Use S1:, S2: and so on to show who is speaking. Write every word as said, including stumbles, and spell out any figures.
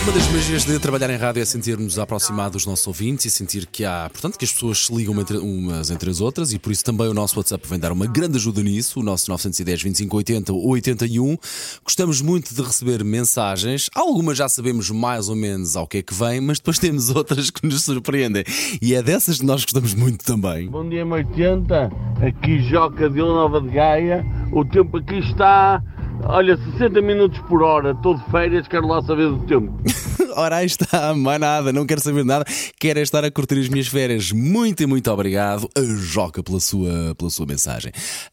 S1: Uma das magias de trabalhar em rádio é sentir-nos aproximados dos nossos ouvintes e sentir que há, portanto, que as pessoas se ligam entre, umas entre as outras, e por isso também o nosso WhatsApp vem dar uma grande ajuda nisso, o nosso nove um zero, vinte e cinco, oitenta, oitenta e um. Gostamos muito de receber mensagens, algumas já sabemos mais ou menos ao que é que vem, mas depois temos outras que nos surpreendem, e é dessas que nós gostamos muito também.
S2: Bom dia, oitenta, aqui Joca de Vila Nova de Gaia. O tempo aqui está, olha, sessenta minutos por hora, estou de férias, quero lá saber do tempo.
S1: Ora, aí está, mais nada, não quero saber nada, quero é estar a curtir as minhas férias. Muito e muito obrigado a Joca pela sua, pela sua mensagem.